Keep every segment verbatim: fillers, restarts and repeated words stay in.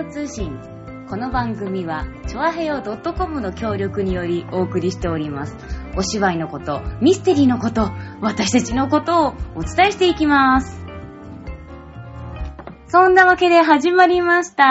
ト通信。この番組はチョアヘヨ .com の協力によりお送りしております。お芝居のこと、ミステリーのこと、私たちのことをお伝えしていきます。そんなわけで始まりました。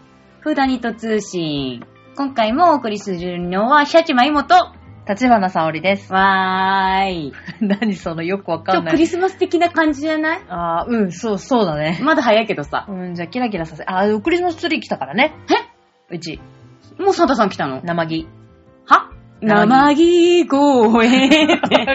フーダニット通信。今回もお送りするのはシャチマイモと立花沙織です。 わーい。 何そのよくわかんない。 ちょっとクリスマス的な感じじゃない？ あー、うん、そう、そうだね。 まだ早いけどさ。 うん、じゃあキラキラさせ、あー、クリスマスツリー来たからね。え？うち。 もうサンタさん来たの？ 生木。 は？生木公園って。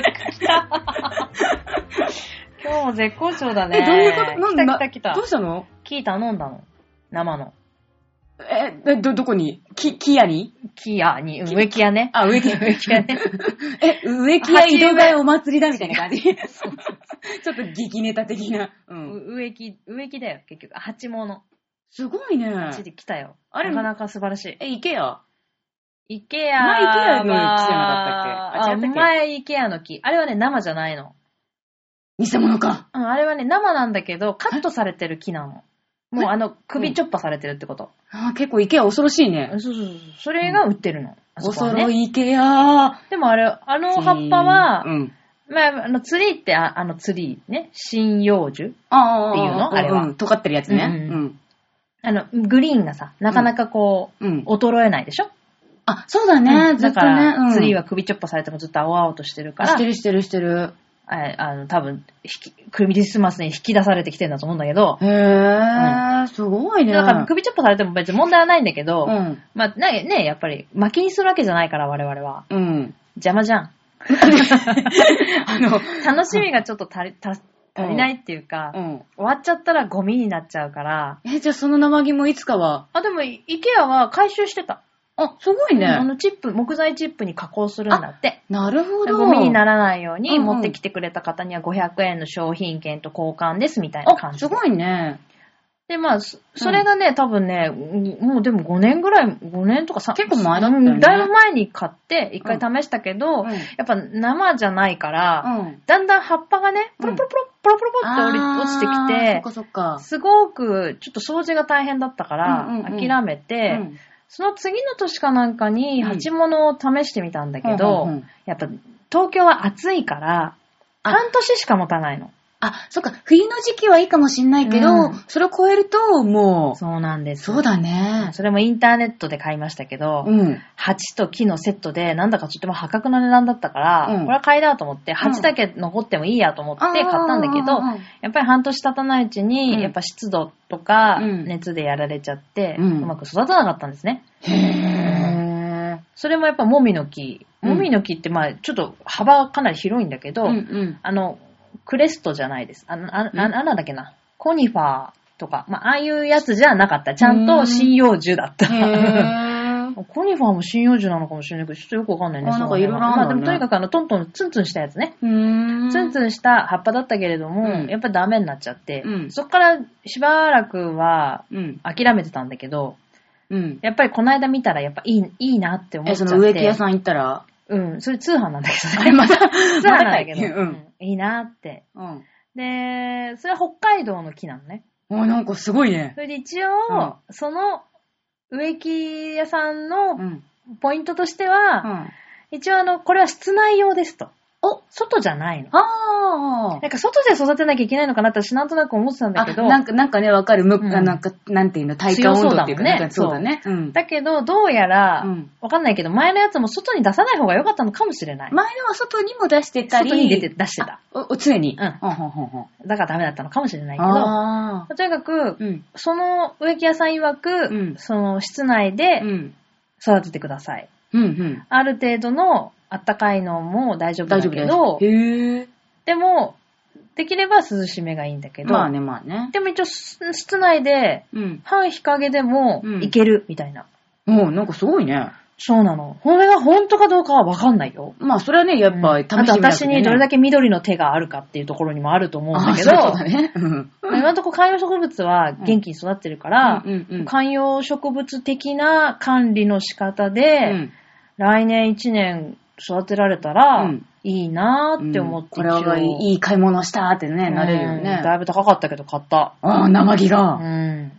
今日も絶好調だね。 え、どういうこと？なんだ？ 来た来た来た。 どうしたの？ 木頼んだの。生の。 え、ど、どこに？き、木屋に？ 木屋に、植木屋ね。 あ、植木屋。 植木屋ね。 え、植木屋井戸替えお祭りだみたいな感じ。ちょっと激ネタ的な。 うん。植木、植木だよ、結局。鉢物。 すごいね。 鉢で来たよ。 あれなかなか素晴らしい。 え、イケア？ イケア。 前イケアの木じゃなかったっけ？ あ、前イケアの木。あれはね、生じゃないの。 偽物か。 うん、あれはね、生なんだけど、カットされてる木なの。もうあの、首チョッパされてるってこと。 あ、結構イケア恐ろしいね。 そうそうそう。それが売ってるの。 恐ろイケア。 でもあれ、あの葉っぱは、 うん。 まあ、あの、ツリーって、あ、あのツリーね、針葉樹っていうのあれは。 うん、尖ってるやつね。 うん。あの、グリーンがさ、なかなかこう、衰えないでしょ？ あ、そうだね。ずっとね。 だから、ツリーは首チョッパされてもずっと青々としてるから。 してるしてるしてる。 あ, あの、多分、クリスマスに引き出されてきてるんだと思うんだけど。 へー、うん、すごいね。 だから首チョッパされても別に問題はないんだけど、 うん、 まあ、ね、ね、やっぱり、巻きにするわけじゃないから、我々は。 うん。 邪魔じゃん。 あの、 楽しみがちょっと足り、足りないっていうか、 うん、 終わっちゃったらゴミになっちゃうから。 え、じゃあその生木もいつかは？ あ、でも、イケアは回収してた。 あ、すごいね。 あのチップ、木材チップに加工するんだって。 なるほど。 ゴミにならないように持ってきてくれた方にはごひゃくえんの商品券と交換ですみたいな感じ。 あ、すごいね。 で、まあ、それがね、うん、多分ね、もうでもごねんぐらい、ごねんとかさ、 結構前だったよね。 だいぶ前に買って一回試したけど、 うん、 やっぱ生じゃないから、うん、だんだん葉っぱがね、プロプロプロ、プロプロプロって落ちてきて、 そっかそっか。 すごくちょっと掃除が大変だったから、うんうんうん、諦めて、うん、その次の年かなんかに鉢物を試してみたんだけど、うんうんうん、やっぱ東京は暑いから半年しか持たないの。 あ、そっか、冬の時期はいいかもしんないけど、うん、それを超えるともう。 そうなんです。 そうだね。 それもインターネットで買いましたけど、うん、鉢と木のセットでなんだかとっても破格な値段だったから、うん、これは買いだと思って、鉢だけ残ってもいいやと思って買ったんだけど、うん、やっぱり半年経たないうちに、うん、やっぱ湿度とか熱でやられちゃって、うん、うまく育たなかったんですね。 へー。 それもやっぱもみの木。もみの木ってまあちょっと幅かなり広いんだけど、うんうん、あの、クレストじゃないです。あの、あ、あ、なんだっけな。コニファーとか、まあ、ああいうやつじゃなかった。ちゃんと針葉樹だった。コニファーも針葉樹なのかもしれないけど、ちょっとよくわかんないね。 あ、なんかいろいろあるんだね。 まあでもとにかくあの、トントンツンツンしたやつね。ツンツンした葉っぱだったけれども、うん、やっぱりダメになっちゃって、うん、そっからしばらくは諦めてたんだけど、うん、やっぱりこの間見たらやっぱいい、いいなって思っちゃって。 え、その植木屋さん行ったら？ うん、それ通販なんだけどね。また、通販なんだけど、うん、いいなって。うん、で、それは北海道の木なのね。 あ、なんかすごいね。 それで一応、うん、その植木屋さんのポイントとしては、うん、一応あの、これは室内用ですと。お、外じゃないの。ああ。なんか外で育てなきゃいけないのかなって私なんとなく思ってたんだけど。 なんか、なんかね、わかる。む、うん、なんか、なんていうの、体感温度っていうかね。そうだね。 うん、だけど、どうやら、うん、わかんないけど、前のやつも外に出さない方が良かったのかもしれない。 前のは外にも出してたり。 外に出て、出してた。 お、常に。 うん。ほんほんほんほん。だからダメだったのかもしれないけど。あとにかく、うん、その植木屋さん曰く、うん、その室内で育ててください。うんうん、ある程度のあったかいのも大丈夫だけど、へー。でも、できれば涼しめがいいんだけど、 まあね、まあね。 でも一応室内で、うん、半日陰でもいけるみたいな。 もうなんかすごいね。 そうなの。これが本当かどうかはわかんないよ。 まあそれはね、やっぱ試してみなきゃいけない、 うん、あと私にどれだけ緑の手があるかっていうところにもあると思うんだけど、 あ、そうだね。 今のところ観葉植物は元気に育ってるから、うんうんうんうん、観葉植物的な管理の仕方で、うん、来年いちねん育てられたら、うん、いいなーって思って、 うん、これはいい買い物したーってね、なれるよね。 だいぶ高かったけど買った。 ああ、生木が。 うん。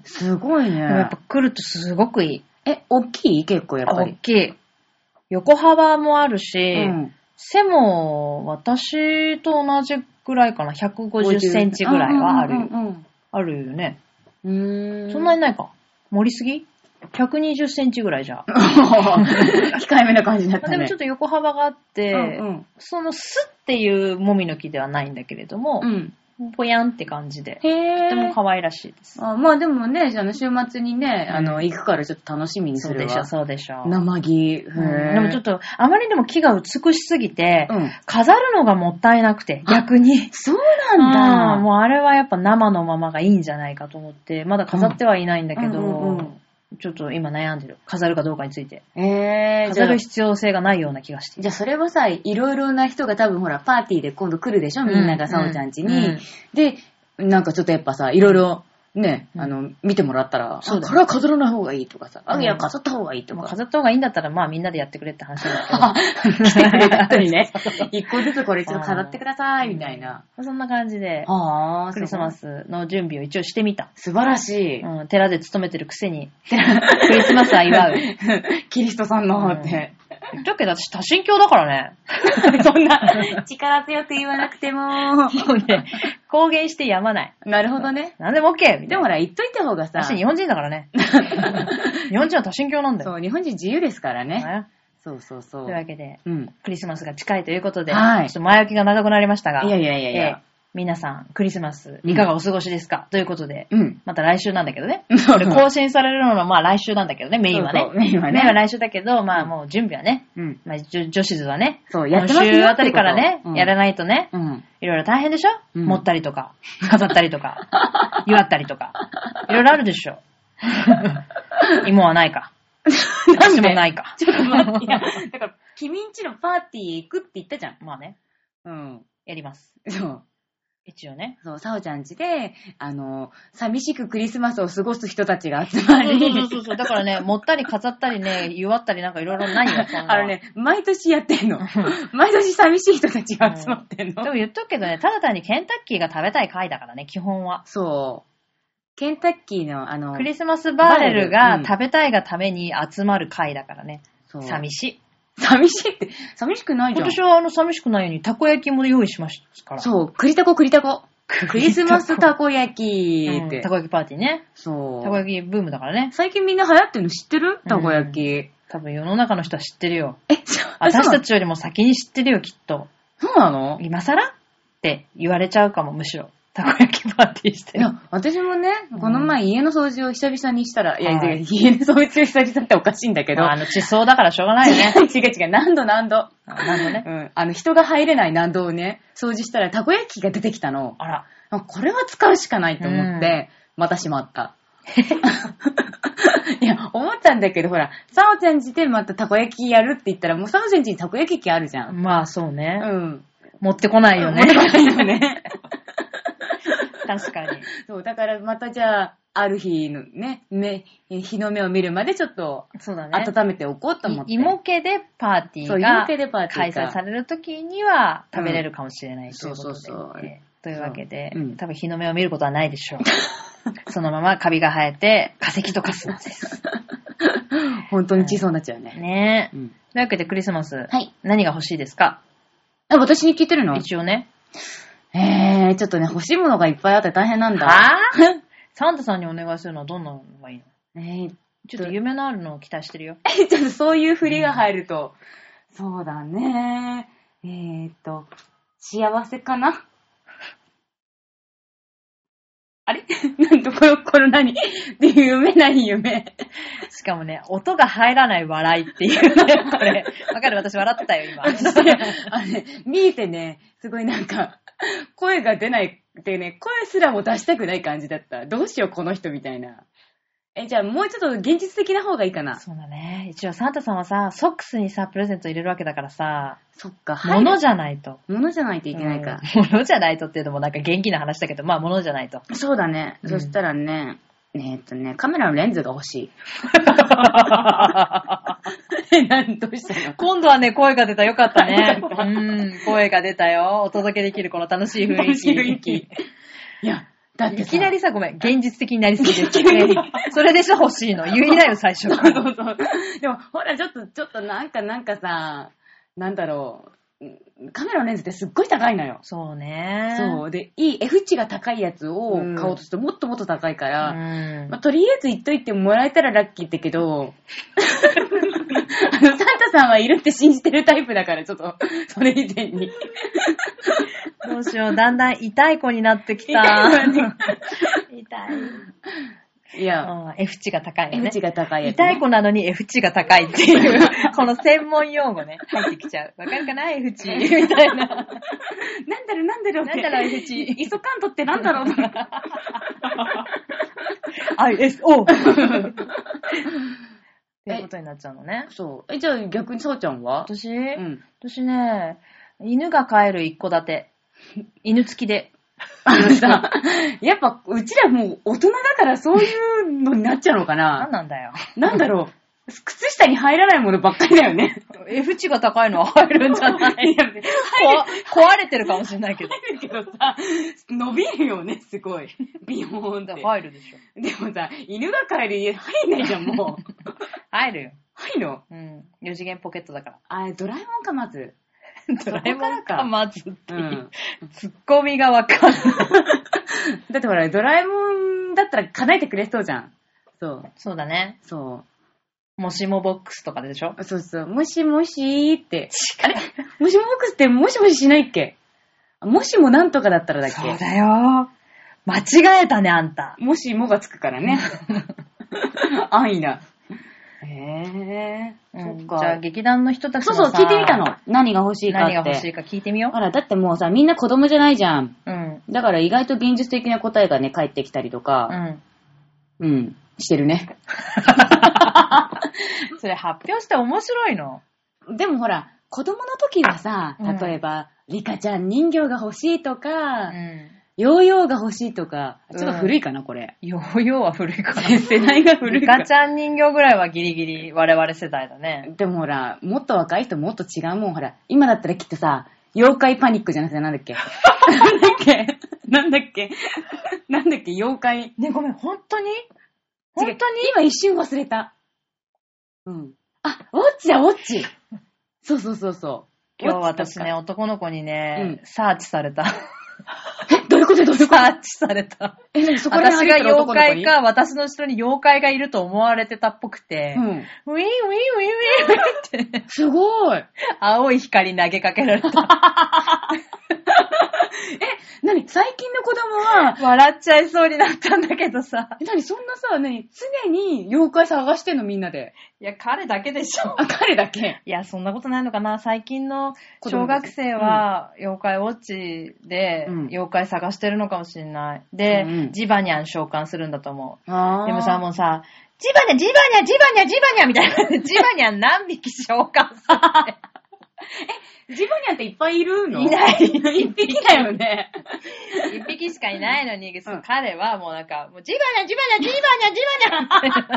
すごいね。 でもやっぱ来るとすごくいい。 え、大きい結構やっぱり。 大きい。横幅もあるし、うん、背も私と同じぐらいかな。ひゃくごじゅっセンチぐらいはあるよ。うんうんうんうん、あるよね。うーん。そんなにないか。盛りすぎ ?ひゃくにじゅっセンチぐらいじゃ。 控えめな感じだったね。 でもちょっと横幅があって、うんうん、そのスっていうもみの木ではないんだけれども、うん、ぽやんって感じで、へー、とても可愛らしいです。 あ、まあでもね、あの週末にね、うん、あの行くからちょっと楽しみにするわ。 そうでしょ、そうでしょ。 生木、 うん。でもちょっとあまりにも木が美しすぎて、うん、飾るのがもったいなくて、逆に。 そうなんだ。 もうあれはやっぱ生のままがいいんじゃないかと思って、まだ飾ってはいないんだけど。うんうんうんうん、ちょっと今悩んでる。飾るかどうかについて。えー、飾る必要性がないような気がして。 じゃあそれはさ、いろいろな人が多分ほら、パーティーで今度来るでしょ、みんながさおちゃん家に、うんうん。で、なんかちょっとやっぱさ、いろいろね、うん、あの、見てもらったら、そうだ、ね、これは飾らない方がいいとかさ、あ、いや、飾った方がいいとか。 まあ、飾った方がいいんだったら、まあみんなでやってくれって話だけど。 来てくれた人にね、一個ずつこれちょっと飾ってください、みたいな。 そんな感じで、クリスマスの準備を一応してみた。 素晴らしい。 うん、寺で勤めてるくせに、クリスマスは祝う。 キリストさんのって。 言っとくけど、私多神教だからね。 そんな、力強く言わなくても。もうね、公言してやまない。 なるほどね。 なんでも OK。 でもほら、言っといた方がさ。 私日本人だからね。日本人は多神教なんだよ。 そう、日本人自由ですからね。そうそうそう。 というわけで、うん、クリスマスが近いということで、はい、ちょっと前置きが長くなりましたが。 いやいやいやいや。えー皆さん、クリスマス、いかがお過ごしですか、うん、ということで、 うん、 また来週なんだけどね。これ更新されるのはまあ来週なんだけどね、メインはね。 そうそうメインはね。 メインは来週だけど、まあもう準備はね、うん、まあ女子図はね、 そう、やってますよ今週あたりからね、うん、やらないとね、うん、いろいろ大変でしょ、うん、持ったりとか、飾ったりとか、祝ったりとか、いろいろあるでしょ。芋はないか。私もないか。 ちょっと待って、いや、だから、君んちのパーティー行くって言ったじゃん。 まあね。 うん。 やります。 そう。 一応ね。 そう、さおちゃん家で、あの、寂しくクリスマスを過ごす人たちが集まり。 そうそうそう。だからね、持ったり飾ったりね、祝ったりなんかいろいろないよ、そんな。 あのね、毎年やってんの。毎年寂しい人たちが集まってんの。 うん、でも言っとくけどね、ただ単にケンタッキーが食べたい回だからね、基本は。 そう。ケンタッキーのあの、 クリスマスバーレルが食べたいがために集まる回だからね。そう。寂しい。 寂しいって、寂しくないじゃん。 今年はあの寂しくないようにたこ焼きも用意しましたから。 そう、栗たこ栗たこ。クリスマスたこ焼きって、 うん。たこ焼きパーティーね。 そう。 たこ焼きブームだからね。 最近みんな流行ってるの知ってる？たこ焼き、うん。 多分世の中の人は知ってるよ。 え、 私たちよりも先に知ってるよ、きっと。 そうなの？ 今更って言われちゃうかも、むしろ。たこ焼きパーティーして。 いや、私もね、この前家の掃除を久々にしたら、うん、いや、家の掃除を久々っておかしいんだけど。 まあ、あの、地層だからしょうがないよね。 違う違う、何度何度。 何度ね。 うん。あの、人が入れない何度をね、掃除したらたこ焼きが出てきたの。 あら。 これは使うしかないと思って、うん、またしまった。いや、思ったんだけど、ほら、サオちゃんちでまたたこ焼きやるって言ったら、もうサオちゃんちにたこ焼き器あるじゃん。 まあ、そうね。 うん。 持ってこないよね。 持ってこないよね。 確かに。 そう、だからまたじゃあ、ある日のね、目、日の目を見るまでちょっと、 そうだね。 温めておこうと思って。 芋家でパーティーが開催されるときには食べれるかもしれないということで。うん、そうそうそう。というわけで、うん、多分日の目を見ることはないでしょう。そのままカビが生えて化石と化すのです。 本当に小さになっちゃうね。 はい、ねえ、うん。というわけでクリスマス、 はい、 何が欲しいですか？ あ、私に聞いてるの？ 一応ね。 えー、ちょっとね、欲しいものがいっぱいあって大変なんだ。 はぁサンタさんにお願いするのはどんなのがいいの？ えー、 ちょっと夢のあるのを期待してるよ。 え、ちょっとそういう振りが入ると。うん、そうだね。えーっと、幸せかな？あれなんとこれ、これ何っていう夢何夢しかもね、音が入らない笑いっていうね、これ。わかる？私笑ってたよ、今。 あれ、ね、見えてね、すごいなんか、声が出ないってね、声すらも出したくない感じだった。どうしよう、この人みたいな。え、じゃあもうちょっと現実的な方がいいかな。 そうだね。一応サンタさんはさ、ソックスにさ、プレゼント入れるわけだからさ、 そっか、 物じゃないと。 物じゃないといけないか。 うん、物じゃないとっていうのもなんか元気な話だけど、まあ物じゃないと。 そうだね。うん、そしたらね、えー、っとね、カメラのレンズが欲しい。え、なんどうしたの？ 今度はね、声が出た。よかったね。うん、声が出たよ。お届けできるこの楽しい雰囲気。 楽しい雰囲気。いや、 だっていきなりさ、ごめん、現実的になりすぎて急に。それでしょ欲しいの。言いなよ、最初。そうそうそう。 でも、ほら、ちょっと、ちょっとなんか、なんかさ、なんだろう。カメラのレンズってすっごい高いのよ。 そうね。 そう。で、いい F 値が高いやつを買おうとするともっともっと高いから、うんまあ、とりあえず言っといてもらえたらラッキーってけど、あの、サンタさんはいるって信じてるタイプだから、ちょっと、それ以前に。 どうしよう、だんだん痛い子になってきた。痛い。痛い。 いや、 F 値が高いよね。 F 値が高いやつ、 ね。痛い子なのに F 値が高いっていう、この専門用語ね、入ってきちゃう。わかるかな ?F 値。みたいな。なんだろうなんだろうって。 なんだろう F 値。 イソカントってなんだろうとか。 アイエスオー。っていうことになっちゃうのね。 そう。え、じゃあ逆にそうちゃんは私、うん、私ね、犬が飼える一戸建て。犬付きで。 あのさ、やっぱうちらもう大人だからそういうのになっちゃうのかな。 なんなんだよ。 なんだろう。靴下に入らないものばっかりだよね。 F 値が高いのは入るんじゃないいや、ね、壊れてるかもしれないけど。 入るけどさ、伸びるよね、すごい。ビヨーンって。 入るでしょ。 でもさ、犬が飼える家入んないじゃん、もう。 入るよ。 入るのうん。よ次元ポケットだから。 あれ、ドラえもんか、まず。 ドラえもんか、まずっていう。うん、ツッコミがわかんない。 だってほら、ドラえもんだったら叶えてくれそうじゃん。そう。 そうだね。 そう。 もしもボックスとかでしょ？ そうそう。もしもしーって。あれもしもボックスってもしもししないっけ？もしもなんとかだったらだっけ？ そうだよ。間違えたね、あんた。 もしもがつくからね。安易な。へぇー。 そっか。じゃあ劇団の人たちもさ、 そうそう、聞いてみたの。何が欲しいかって。 何が欲しいか聞いてみよう。 ほら、だってもうさ、みんな子供じゃないじゃん。 うん。 だから意外と現実的な答えがね、返ってきたりとか。うん。うん。してるね。 それ発表して面白いの？ でもほら、子供の時はさ、例えば、うん、リカちゃん人形が欲しいとか、うん、ヨーヨーが欲しいとか、ちょっと古いかな、うん、これ。 ヨーヨーは古いかな。 世代が古いか。 リカちゃん人形ぐらいはギリギリ我々世代だね。 でもほら、もっと若い人もっと違うもん。ほら、今だったらきっとさ、妖怪パニックじゃなくてなんだっけなんだっけなんだっけなんだっけ妖怪。 ね、ごめん、本当に本当に今一瞬忘れた。うん。あ、ウォッチだ、ウォッチ。そうそうそうそう。 今日私ね、男の子にね、うん、サーチされた。 え、どういうことどういうことサーチされた。え、何そこら辺私が妖怪か、私の人に妖怪がいると思われてたっぽくて、うん、ウィンウィンウィンウィンって。 すごい。 青い光投げかけられた。 え、なに最近の子供は笑っちゃいそうになったんだけどさ。 え、なにそんなさ、なに常に妖怪探してんのみんなで。 いや、彼だけでしょ。 あ、彼だけ。 いや、そんなことないのかな。最近の小学生は、妖怪ウォッチで、妖怪探してるのかもしれない。で、うん、ジバニャン召喚するんだと思う。あでもさ、もうさ、ジバニャン、ジバニャン、ジバニャン、ジバニャンみたいな。ジバニャン何匹召喚するって。 え、ジバニャンっていっぱいいるの？ いない。一匹だよね。 一匹しかいないのに、うん、彼はもうなんか、もうジバニャン、ジバニャン、ジバニャン、ジバニャン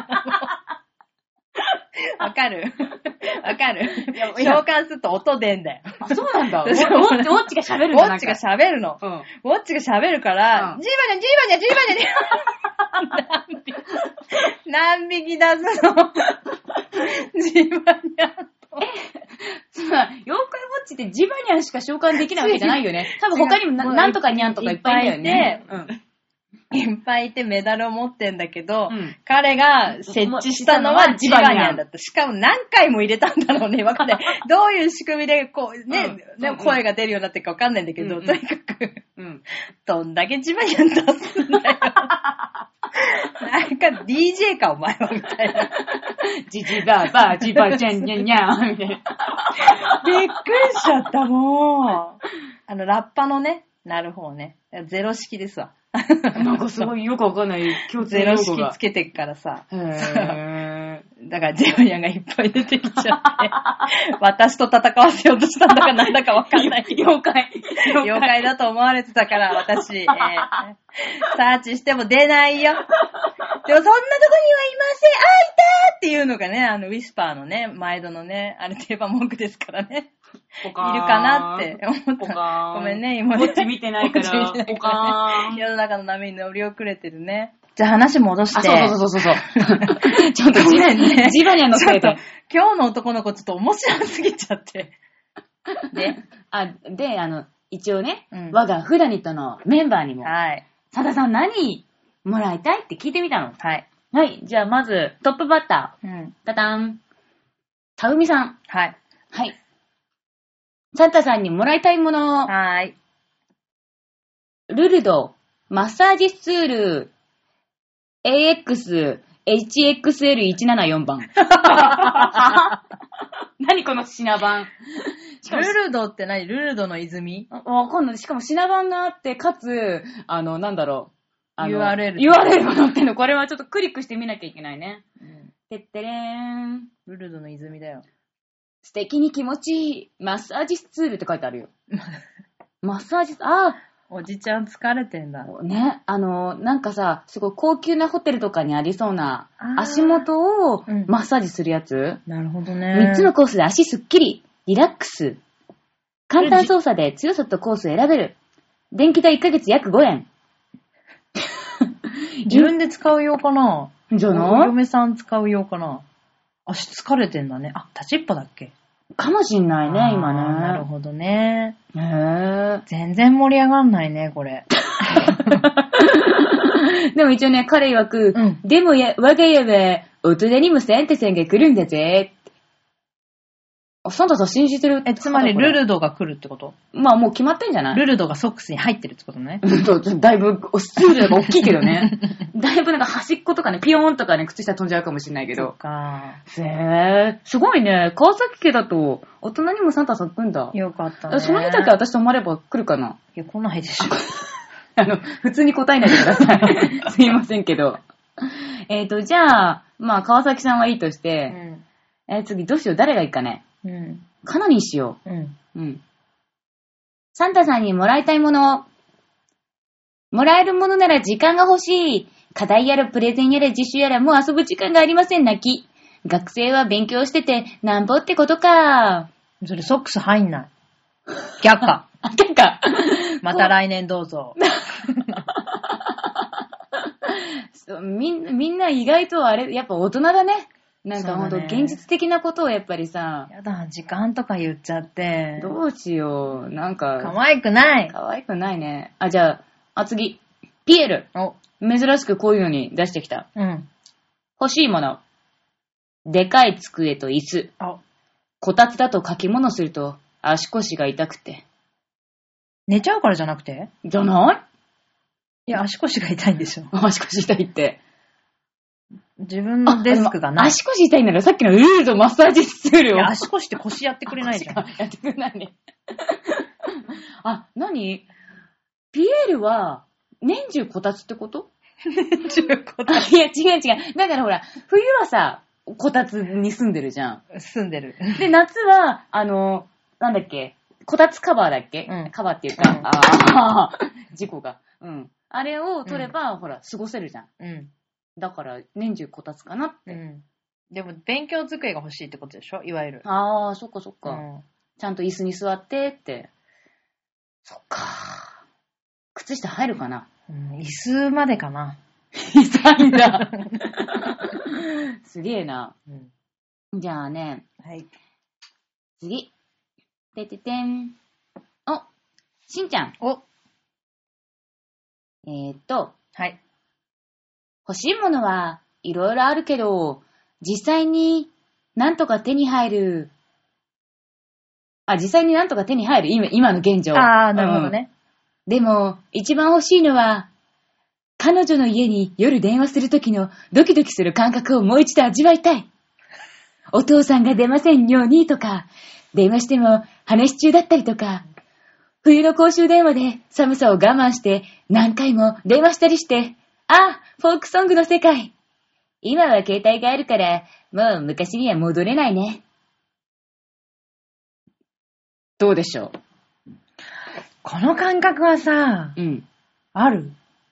わかるわかる召喚すると音出んだよ。 あ、そうなんだ。ウォッチ、ウォッチが喋るんだ。 ウォッチが喋るの。うん、ウォッチが喋るから、うん、ジバニャン、ジバニャン、ジバニャン、ジバニャン。何匹出すのジバニャン。 妖怪ウォッチってジバニャンしか召喚できないわけじゃないよね。多分他にも な, なんとかニャンとかいっぱいいるんだよね。 いっぱいいてメダルを持ってんだけど、うん、彼が設置したのはジバニャンだった。しかも何回も入れたんだろうね。わかんない。どういう仕組みでこうね、うん、でも声が出るようになってるかわかんないんだけど、うんうん、とにかく、うん、どんだけジバニャン出すんだよ。なんか ディージェー かお前はみたいな。 ジジバーバージバージャンニャンニャンみたいな。 びっくりしちゃったもう。あのラッパのね、なる方ね。ゼロ式ですわ。 なんかすごいよくわかんない共通用語が。ゼロ式つけてっからさ。へー。だからジバニャンがいっぱい出てきちゃって。私と戦わせようとしたんだかなんだかわかんない。 妖怪。 妖怪だと思われてたから私、えー、サーチしても出ないよ。でもそんなとこにはいません。あ、いたーっていうのがね、あのウィスパーのね、毎度のね、あれ定番文句ですからね。 いるかなって思った。ごめんね、今ね。こっち見てないから、ポカーン。 世の中の波に乗り遅れてるね。じゃあ話戻して。 あ、そうそうそうそう。ちょっと地場ね。地場には乗っけて。 今日の男の子ちょっと面白すぎちゃって。 で、あ、で、あの、一応ね、うん、我がフラニットのメンバーにも、はい。サダさん何もらいたいって聞いてみたの。はい。はい。じゃあまず、トップバッター。うん。タタン。タウミさん。はい。はい。サンタさんにもらいたいもの。はい。ルルド、マッサージツール、エーエックス、エイチエックスエルいちななよん 番。何この品番。 ルルドって何？ルルドの泉？ わかんない。しかも品番があって、かつ、あの、なんだろう。あのユーアールエル。 ユーアールエル が載ってんの。これはちょっとクリックしてみなきゃいけないね。うん、てってれーん。 ルルドの泉だよ。 素敵に気持ちいい。マッサージツールって書いてあるよ。マッサージ、ああ。 おじちゃん疲れてんだ。 ね。あの、なんかさ、すごい高級なホテルとかにありそうな、足元をマッサージするやつ。うん、 なるほどね。 みっつのコースで足すっきり。リラックス。簡単操作で強さとコースを選べる。電気代いっかげつ約ごえん。 自分で使う用かな？ じゃない？ お嫁さん使う用かな？足疲れてんだね。あ、立ちっぱだっけ？ かもしんないね、今ね。 なるほどね。へぇ。全然盛り上がんないね、これ。 でも一応ね、彼曰く、うん、でもや、我が家は、大人にもサンタさんが来るんだぜ。あ、サンタさん信じてる？ え、つまりルルドが来るってこと？ まあもう決まってんじゃない？ ルルドがソックスに入ってるってことね。 だいぶ、スールが大きいけどね。だいぶなんか端っことかね、ピヨーンとかね、靴下飛んじゃうかもしれないけど。そっか。へぇー。すごいね。川崎家だと、大人にもサンタさん来るんだ。 よかったね。 その日だけ私泊まれば来るかな？ いや、来ないでしょ。 あの、普通に答えないでください。すいませんけど。えっと、じゃあ、まあ、川崎さんはいいとして、うん、えー、次どうしよう？誰がいいかね？うん。カナにしよう。うん。うん。サンタさんにもらいたいもの。もらえるものなら時間が欲しい。課題やらプレゼンやら自習やらもう遊ぶ時間がありません、泣き。学生は勉強しててなんぼってことか。 それソックス入んない。却下。 却下。 また来年どうぞ。 みん、みんな意外とあれ、やっぱ大人だね。なんかほんと現実的なことをやっぱりさ。 やだ、時間とか言っちゃって。 どうしよう。なんか。 可愛くない。 可愛くないね。あ、じゃあ、あ、次。ピエール。お。珍しくこういうのに出してきた。うん。欲しいもの。でかい机と椅子。お。こたつだと書き物すると足腰が痛くて。 寝ちゃうからじゃなくて？ じゃない？ いや、足腰が痛いんでしょ。 足腰痛いって。 自分のデスクがない。 足腰痛いならさっきのルールとマッサージツールを。 いや、足腰って腰やってくれないじゃん。 やってくれないね。あ、なに？ピエールは年中こたつってこと？ 年中こたつ。 いや、違う違う。だからほら、冬はさ、こたつに住んでるじゃん。 住んでる。 で、夏は、あの、なんだっけ、こたつカバーだっけ、うん、カバーっていうか、うん、ああ、事故が。うん。あれを取れば、うん、ほら、過ごせるじゃん。うん。だから、年中こたつかなって。うん。 でも、勉強机が欲しいってことでしょ？いわゆる。 ああ、そっかそっか、うん。ちゃんと椅子に座ってって。そっか。靴下入るかな？ うん、椅子までかな。 痛いんだ。すげえな。うん、じゃあね。はい。次。てててん。お、しんちゃん。お。えーっと。はい。欲しいものはいろいろあるけど、実際になんとか手に入る。あ、実際になんとか手に入る。今、今の現状。 ああ、なるほどね、 うん。でも、一番欲しいのは、彼女の家に夜電話するときのドキドキする感覚をもう一度味わいたい。お父さんが出ませんようにとか、電話しても話し中だったりとか、冬の公衆電話で寒さを我慢して何回も電話したりして、あ、フォークソングの世界。今は携帯があるから、もう昔には戻れないね。どうでしょう？ この感覚はさ、うん、ある？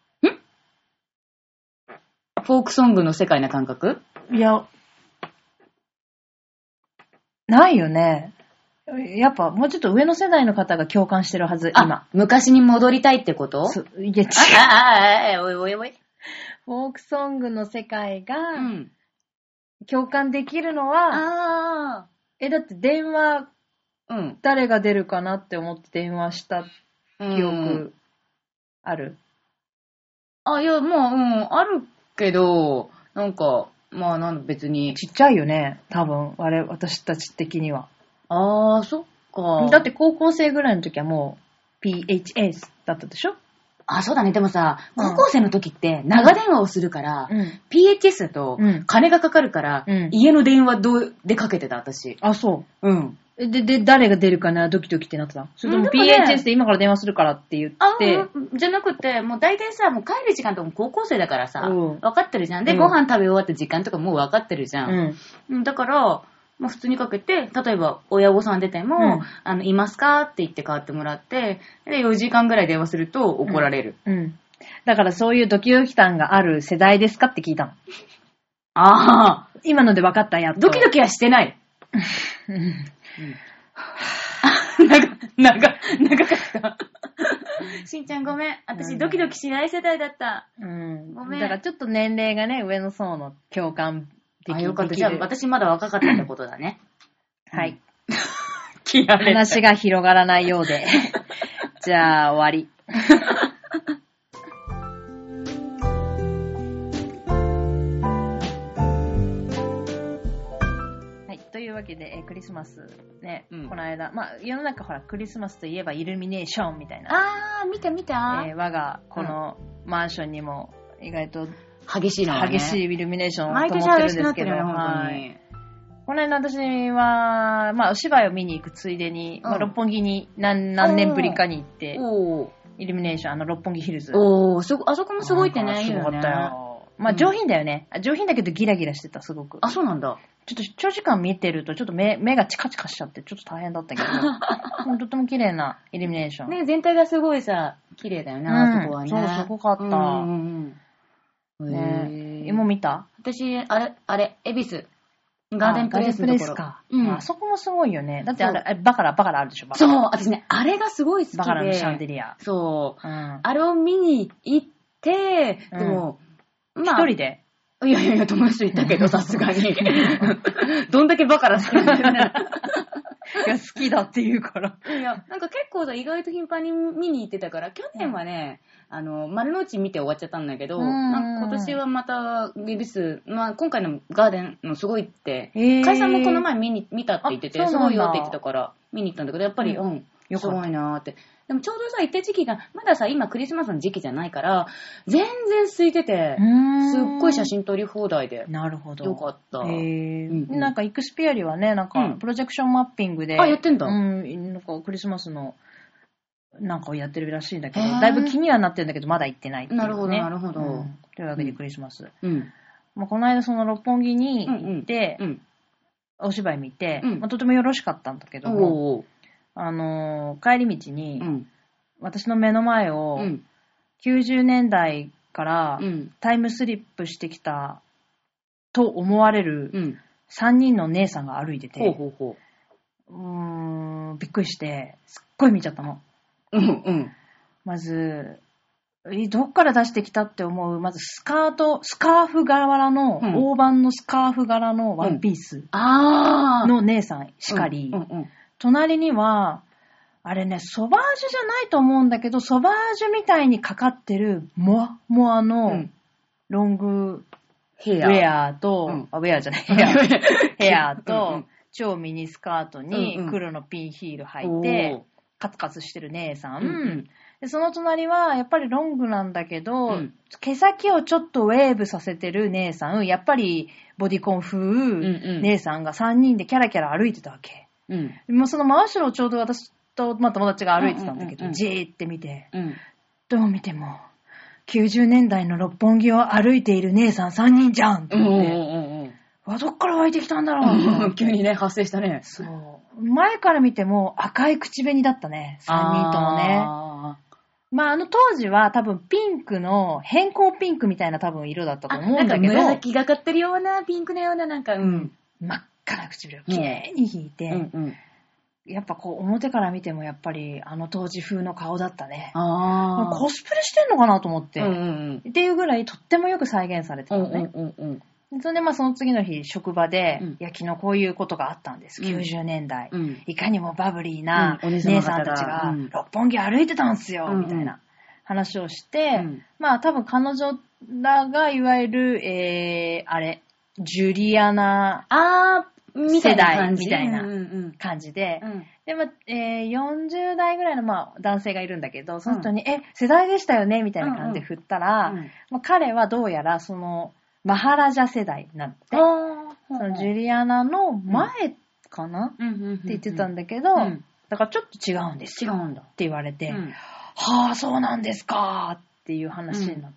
フォークソングの世界な感覚？ いや、ないよね。 やっぱもうちょっと上の世代の方が共感してるはず、今。 昔に戻りたいってこと？ そう、いや違う。 ああ、おいおいおい。 フォークソングの世界が、共感できるのは、うん、あえ、だって電話、うん、誰が出るかなって思って電話した記憶、ある？ あ、いや、まあ、うん、あるけど、なんか、まあ、なん別に。 ちっちゃいよね、多分、あれ、私たち的には。 あー、そっか。 だって高校生ぐらいの時はもう ピーエイチエス だったでしょ？ あ、そうだね。でもさ、高校生の時って長電話をするから、うん、ピーエイチエス だと金がかかるから、うん、家の電話どうでかけてた、私。 あ、そう。うん。 で、で、誰が出るかな、ドキドキってなってた？それとも ピーエイチエス で今から電話するからって言って。 あ、じゃなくて、もう大体さ、もう帰る時間とかも高校生だからさ、うん、分かってるじゃん。で、うん、ご飯食べ終わった時間とかもう分かってるじゃん。うん、だから、まあ、普通にかけて、例えば親御さん出ても、うん、あの、いますかって言って代わってもらって、で、よじかんぐらい電話すると怒られる。 うん。うん、だからそういうドキドキ感がある世代ですかって聞いたの。 ああ。 今ので分かったやっと。 ドキドキはしてない。うん。長、長、長かった。しんちゃんごめん。私ドキドキしない世代だった。 うん。ごめん。だからちょっと年齢がね、上の層の共感できる。 あ、よかった。じゃあ私まだ若かったってことだね。 はい。 切られた。 話が広がらないようで。じゃあ終わり。というわけで、えー、クリスマスね、うん、この間、まあ世の中ほらクリスマスといえばイルミネーションみたいな。 あー、見た見た。 えー、我がこのマンションにも意外と激しいの、ね、 激しいイルミネーションをと思ってるんですけど、はい。この間私はまあお芝居を見に行くついでに、うんまあ、六本木に 何, 何年ぶりかに行って、イルミネーションあの六本木ヒルズ。 おー、そあそこもすごいってね。 すごかったよ。まあ上品だよね、うん。上品だけどギラギラしてたすごく。 あ、そうなんだ。 ちょっと長時間見てるとちょっと 目, 目がチカチカしちゃってちょっと大変だったけどとっても綺麗なイルミネーション。 ね、全体がすごいさ、綺麗だよね、うん、あそこはね。 そう、すごかった。うんうん、ねえ、もう見た？ 私、あれ、あれ、恵比寿。ガーデンプレイスのところ。 か。うん。あそこもすごいよね。だってあれ、あれバカラ、バカラあるでしょ、バカラ。そう、私ね、あれがすごい好きで。 バカラのシャンデリア。 そう。うん、あれを見に行って、でも、 うん、まあ。一人でいやいやいや、友達と行ったけど、さすがに。どんだけバカラ好きなんだよね。 いや、好きだって言うから。 いや、なんか結構さ、意外と頻繁に見に行ってたから、去年はね、うん、あの、丸の内見て終わっちゃったんだけど、なんか今年はまた、恵比寿、まあ今回のガーデンのすごいって、解散もこの前見に、見たって言ってて、すごいよって言ってたから、見に行ったんだけど、やっぱり、うん、うん、すごいなーって。でもちょうどさ、行った時期が、まださ、今クリスマスの時期じゃないから、全然空いてて、すっごい写真撮り放題で。 なるほど。 よかった。へー、うんうん、なんかイクスピアリはね、なんかプロジェクションマッピングで。 うん、あ、やってんだ。 うん、なんかクリスマスの、なんかをやってるらしいんだけど、だいぶ気にはなってるんだけど、まだ行ってないっていう、ね。 なるほど、なるほど。うん、 というわけでクリスマス。うん。まあ、この間その六本木に行って、うんうん、お芝居見て、うんまあ、とてもよろしかったんだけども、あのー、帰り道に、うん、私の目の前を、うん、きゅうじゅうねんだいからタイムスリップしてきたと思われるさんにんの姉さんが歩いてて、 ほうほうほう、うーんびっくりしてすっごい見ちゃったの。うんうん、まずどっから出してきたって思う、まずスカート、スカーフ柄の、うん、大判のスカーフ柄のワンピースの姉さんしかり、うんうんうん、隣にはあれね、ソバージュじゃないと思うんだけど、ソバージュみたいにかかってるモワモワのロングヘア、ウェアと、うん、あ、ウェアじゃない、ヘア、ヘアと、うん、超ミニスカートに黒のピンヒール履いて、うんうん、カツカツしてる姉さん、うんうん、でその隣はやっぱりロングなんだけど、うん、毛先をちょっとウェーブさせてる姉さん、やっぱりボディコン風姉さんがさんにんでキャラキャラ歩いてたわけ。うん、もうその真後ろをちょうど私と、まあ、友達が歩いてたんだけど、うんうんうんうん、じーって見て、うん、どう見てもきゅうじゅうねんだいの六本木を歩いている姉さんさんにんじゃんって思って、うんうんうんうん、わ、どっから湧いてきたんだろう急にね、発生したね。 そう。前から見ても赤い口紅だったね、さんにんともね。あまあ、あの当時は多分ピンクの変更ピンクみたいな多分色だったと思うんだけど、 なんか紫がかってるようなピンクのようななんか、うん、 真っ赤な唇をきれいに引いて、うんうん、 やっぱこう表から見てもやっぱりあの当時風の顔だったね。あコスプレしてんのかなと思って、うんうんうん、っていうぐらいとってもよく再現されてたのね。うんうんうんうん、それでまあその次の日職場で、うん、いや昨日こういうことがあったんです。うん、きゅうじゅうねんだい、うん、いかにもバブリーな姉さんたちが六本木歩いてたんすよ、うん、みたいな話をして、うん、まあ多分彼女らがいわゆる、えー、あれジュリアナあ世代みたいな感じで、うんうん、で、まあえー、よんじゅうだいぐらいの、まあ、男性がいるんだけど、その人に、うん、え、世代でしたよねみたいな感じで振ったら、うんうんまあ、彼はどうやらその、マハラジャ世代なんて、そのジュリアナの前かな、うん、って言ってたんだけど、うん、だからちょっと違うんですよ。違うんだ。って言われて、うん、はあ、そうなんですかっていう話になって、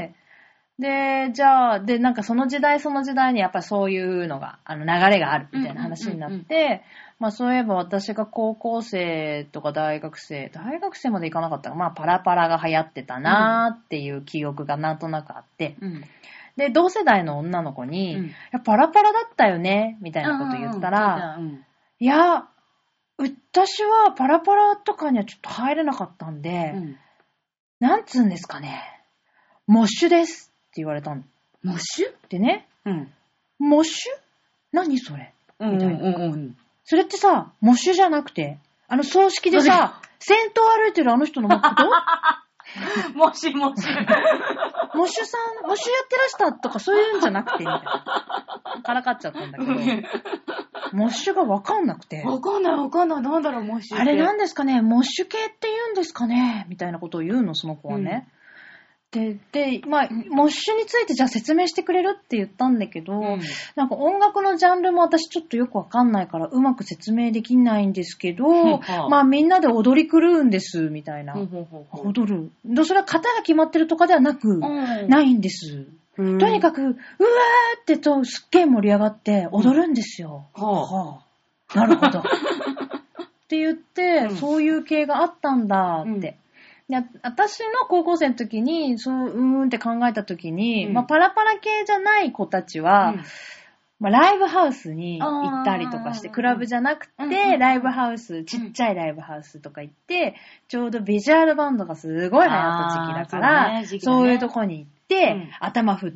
うん、で、じゃあ、で、なんかその時代その時代にやっぱりそういうのが、あの流れがあるみたいな話になって、うんうんうんうん、まあそういえば私が高校生とか大学生、大学生まで行かなかったら、まあパラパラが流行ってたなーっていう記憶がなんとなくあって、うん、で、同世代の女の子に、うん、いやパラパラだったよねみたいなこと言ったら、うんうん、いや、私はパラパラとかにはちょっと入れなかったんで、うん、なんつうんですかね、モッシュですって言われたの。 モッシュってね、うん、モッシュ何それみたいな、うんうんうん。それってさ、モッシュじゃなくて、あの葬式でさ、先頭歩いてるあの人のこともしもし。 モッシュさん、モッシュやってらしたとかそういうんじゃなくて、みたいな。からかっちゃったんだけど、モッシュがわかんなくて。 わかんないわかんない。なんだろう、モッシュって。 あれなんですかね、モッシュ系って言うんですかねみたいなことを言うの、その子はね。うんで、で、まあ、モッシュについてじゃあ説明してくれるって言ったんだけど、うん、なんか音楽のジャンルも私ちょっとよくわかんないからうまく説明できないんですけど、まあみんなで踊り狂うんです、みたいな。踊る。で、それは型が決まってるとかではなく、うん、ないんです。とにかく、うわーってとすっげー盛り上がって踊るんですよ。うんはあ、なるほど。って言って、うん、そういう系があったんだって。で私の高校生の時に、そう、うーんって考えた時に、うん、まあ、パラパラ系じゃない子たちは、うんまあ、ライブハウスに行ったりとかして、クラブじゃなくて、うん、ライブハウス、ちっちゃいライブハウスとか行って、ちょうどビジュアルバンドがすごい流行った時期だから、そうね、そういうとこに行って、うん、頭振って、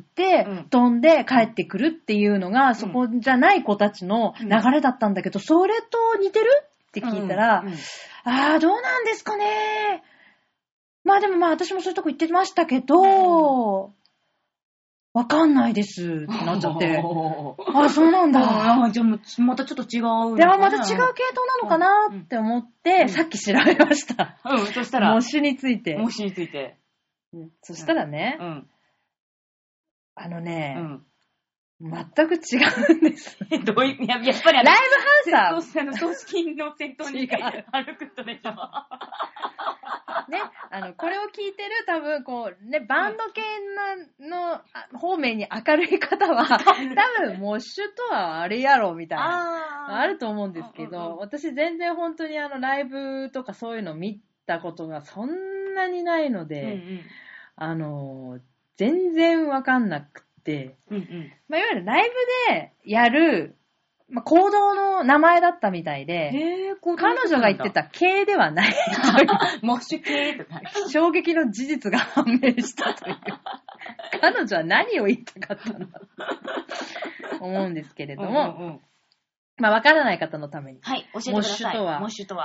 うん、飛んで帰ってくるっていうのが、そこじゃない子たちの流れだったんだけど、それと似てるって聞いたら、うんうん、あー、どうなんですかねまあでもまあ私もそういうとこ行ってましたけど、わかんないですってなっちゃって。あ、そうなんだ。 じゃあまたちょっと違う。 でもまた違う系統なのかなって思って、うん、さっき調べました。 うん、そしたら。 モッシュについて。 モッシュについて。 うん、そしたらね、うん、あのね、うん全く違うんです。 どういう、やっぱりあの、 ライブハウスは、 葬式の先頭に歩く人でしょ。 ね、あの、これを聞いてる多分、こう、ね、バンド系の、の方面に明るい方は、多分、モッシュとはあれやろ、みたいな、あ, あると思うんですけど、うんうん、私全然本当にあの、ライブとかそういうの見たことがそんなにないので、うんうん、あの、全然わかんなくて、でうんうんまあ、いわゆるライブでやる、まあ、行動の名前だったみたいで、へー彼女が言ってた系ではない。 モッシュ系とか。 衝撃の事実が判明したという。彼女は何を言いたかったのかと思うんですけれども、うんうんうん、まあわからない方のために。 はい、教えてください。 モッシュとは、 モッシュとは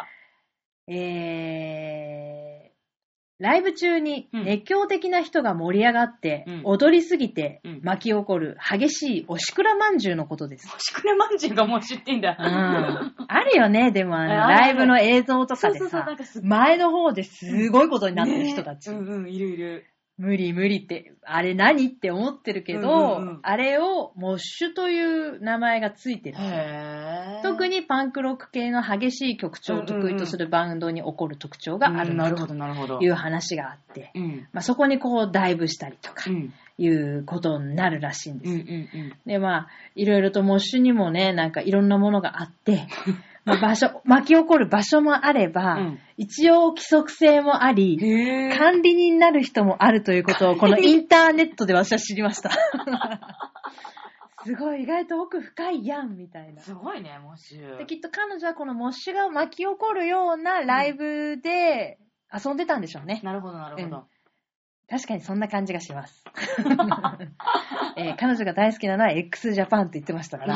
えー、ライブ中に熱狂的な人が盛り上がって、うん、踊りすぎて巻き起こる激しいおしくらまんじゅうのことです。 おしくらまんじゅうがもう知ってんだ。 うん。あるよね、でもあのライブの映像とかでさ、そうそうそう前の方ですごいことになってる人たち。 うん、ね、うんうん、いるいる。 無理無理って、あれ何って思ってるけど、うんうんうん、あれをモッシュという名前がついてる。へー。特にパンクロック系の激しい曲調を得意とするバンドに起こる特徴があるんだという話があって、うん、まあ、そこにこうダイブしたりとかいうことになるらしいんです。うんうんうん、で、まあ、いろいろとモッシュにもね、なんかいろんなものがあって、まあ、場所、巻き起こる場所もあれば、うん、一応規則性もあり、管理人になる人もあるということを、このインターネットで私は知りました。すすごい意外と奥深いやんみたいな。 すごいね、モッシュ。 で、きっと彼女はこのモッシュが巻き起こるようなライブで遊んでたんでしょうね。 なるほど、なるほど。うん、 確かにそんな感じがします。えー、彼女が大好きなのは x ジャパンって言ってましたから、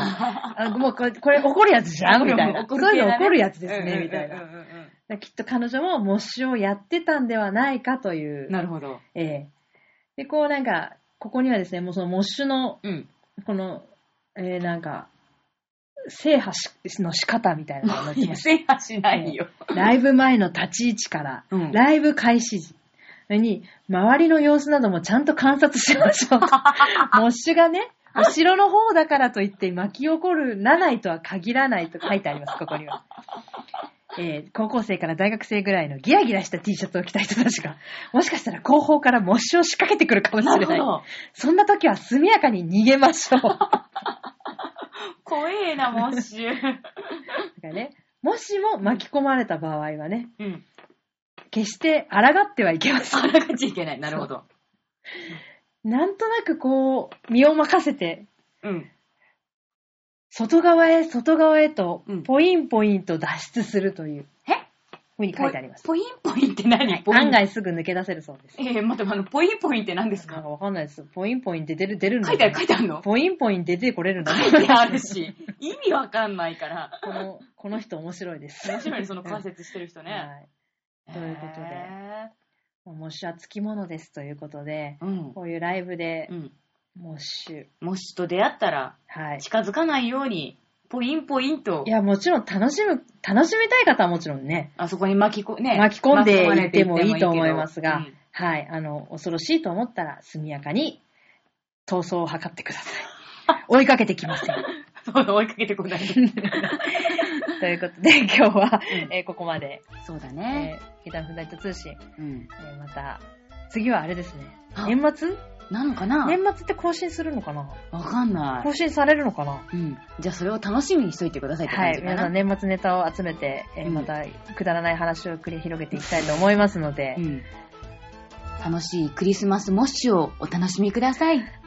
あもうこれ、これ怒るやつじゃんみたいな。そういうの怒るやつですね、みたいな。きっと彼女もモッシュをやってたんではないかという。 なるほど。 えー、で、こうなんか、ここにはですね、もうそのモッシュの、うん、この、えー、なんか、制覇の仕方みたいなのが載ってました。 制覇しないよ。 ライブ前の立ち位置から、うん、ライブ開始時。に、周りの様子などもちゃんと観察しましょうと。モッシュがね、後ろの方だからといって巻き起こるなないとは限らないと書いてあります、ここには。えー、高校生から大学生ぐらいのギラギラした T シャツを着た人たちが、もしかしたら後方からモッシュを仕掛けてくるかもしれない。そんな時は速やかに逃げましょう。 怖えな、モッシュ。だからね、もしも巻き込まれた場合はね、うん、決して抗ってはいけません。 抗っちゃいけない。なるほど。 なんとなくこう、身を任せて、うん、外側へ外側へと、ポインポインと脱出するという。えふうに書いてあります。 ポインポインって何、はい、 案外すぐ抜け出せるそうです。 ええー、待って、あの、ポインポインって何ですか？ なんかわかんないです。ポインポインって出る、出るんだ。 書いてある、書いてあるの？ ポインポイン出てこれるんだ。 書いてあるし、意味わかんないから。 この、この人面白いです。 面白いね、その解説してる人ね。はい。 ということで、モッシュはつきものですということで、うん、こういうライブで、うん、モッシュ。 モッシュと出会ったら、はい、近づかないように、ポインポインと。 いや、もちろん楽しむ、楽しみたい方はもちろんね。 あそこに巻きこ、ね。 巻き込んでいってもいいと思いますが、うん、はい。あの、恐ろしいと思ったら、速やかに逃走を図ってください。追いかけてきません。 そうだ、追いかけてこない。 ということで、今日は、うんえー、ここまで。 そうだね。 えー、ギターフライト通信。うんえー、また、次はあれですね。年末なのかな？ 年末って更新するのかな？ わかんない。 更新されるのかな？ うん。じゃあそれを楽しみにしといてくださいって感じかな。 はい。皆さん年末ネタを集めて、えーうん、またくだらない話を繰り広げていきたいと思いますので、うん、 楽しいクリスマスモッシュをお楽しみください。